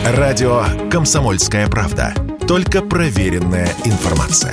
Радио «Комсомольская правда». Только проверенная информация.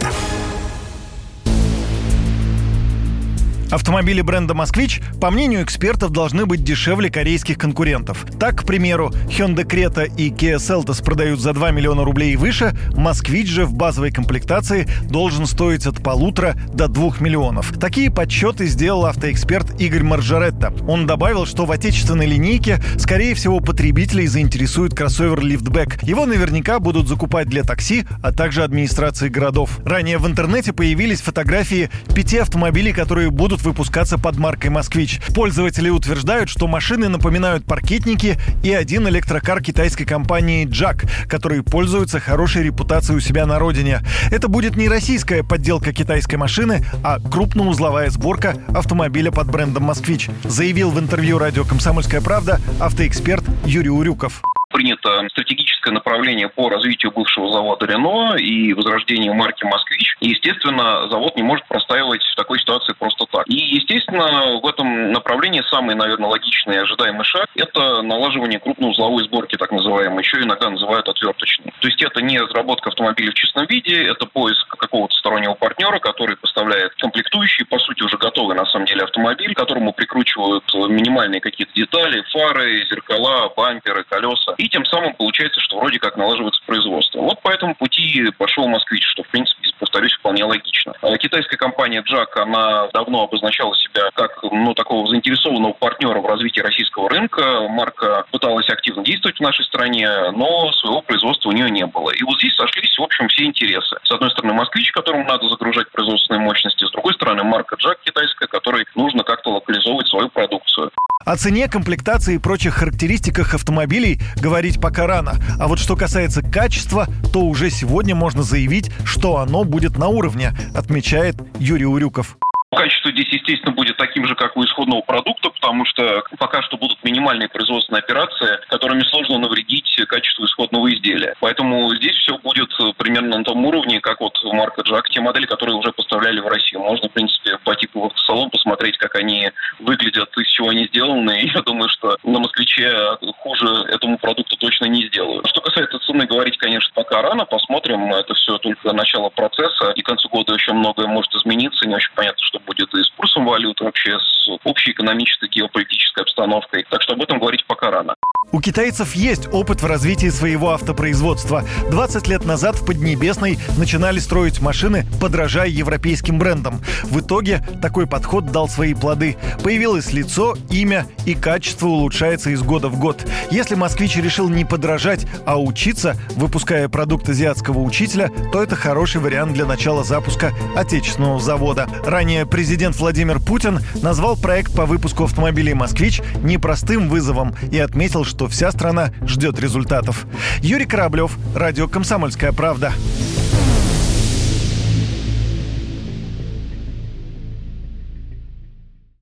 Автомобили бренда «Москвич», по мнению экспертов, должны быть дешевле корейских конкурентов. Так, к примеру, Hyundai Creta и Kia Seltos продают за 2 миллиона рублей и выше, «Москвич» же в базовой комплектации должен стоить от 1,5 до 2 миллионов. Такие подсчеты сделал автоэксперт Игорь Маржаретта. Он добавил, что в отечественной линейке, скорее всего, потребителей заинтересует кроссовер лифтбэк. Его наверняка будут закупать для такси, а также администрации городов. Ранее в интернете появились фотографии 5 автомобилей, которые будут выпускаться под маркой «Москвич». Пользователи утверждают, что машины напоминают паркетники и один электрокар китайской компании «Джак», который пользуется хорошей репутацией у себя на родине. Это будет не российская подделка китайской машины, а крупноузловая сборка автомобиля под брендом «Москвич», заявил в интервью радио «Комсомольская правда» автоэксперт Юрий Урюков. Принято стратегическое направление по развитию бывшего завода «Рено» и возрождению марки «Москвич». И, естественно, завод не может простаивать в такой ситуации просто так. И, естественно, в этом направлении самый, наверное, логичный и ожидаемый шаг – это налаживание крупноузловой сборки, так называемой, еще иногда называют отверточной. То есть это не разработка автомобиля в чистом виде, это поиск какого-то стороннего партнера, который поставляет комплектующие, по сути, уже готовый, на самом деле, автомобиль, к которому прикручивают минимальные какие-то детали, фары, зеркала, бамперы, колеса. И тем самым получается, что вроде как налаживается производство. Вот по этому пути пошел «Москвич», что, в принципе, повторюсь, вполне логично. Китайская компания «Джак», она давно обозначала себя как, такого заинтересованного партнера в развитии российского рынка. Марка пыталась активно действовать в нашей стране, но своего производства у нее не было. И вот здесь сошлись, в общем, все интересы. С одной стороны, «Москвич», которому надо загружать производственные мощности, с другой стороны, марка «Джак» китайская, которой нужно как-то локализовывать свою продукцию. О цене, комплектации и прочих характеристиках автомобилей говорить пока рано. А вот что касается качества, то уже сегодня можно заявить, что оно будет на уровне, отмечает Юрий Урюков. Качество здесь, естественно, будет таким же, как у исходного продукта, потому что пока что будут минимальные производственные операции, которыми сложно навредить качеству исходного изделия. Поэтому здесь все будет примерно на том уровне, как вот марка «Джак». Те модели, которые уже поставляли в Россию. Можно, в принципе, пойти в автосалон, посмотреть, как они выглядят, из чего они сделаны. И я думаю, что на «Москвиче» хуже этому продукту точно не сделают. Что касается цены, говорить, конечно, пока рано. Посмотрим. Это все только начало процесса. И к концу года еще многое может измениться. Не очень понятно, что будет и с курсом валюты, вообще с общей экономической, геополитической обстановкой. Так что об этом говорить пока рано. У китайцев есть опыт в развитии своего автопроизводства. 20 лет назад в Поднебесной начинали строить машины, подражая европейским брендам. В итоге такой подход дал свои плоды. Появилось лицо, имя, и качество улучшается из года в год. Если «Москвич» решил не подражать, а учиться, выпуская продукт азиатского учителя, то это хороший вариант для начала запуска отечественного завода. Ранее президент Владимир Путин назвал проект по выпуску автомобилей «Москвич» непростым вызовом и отметил, что вся страна ждет результатов. Юрий Кораблев, радио «Комсомольская правда».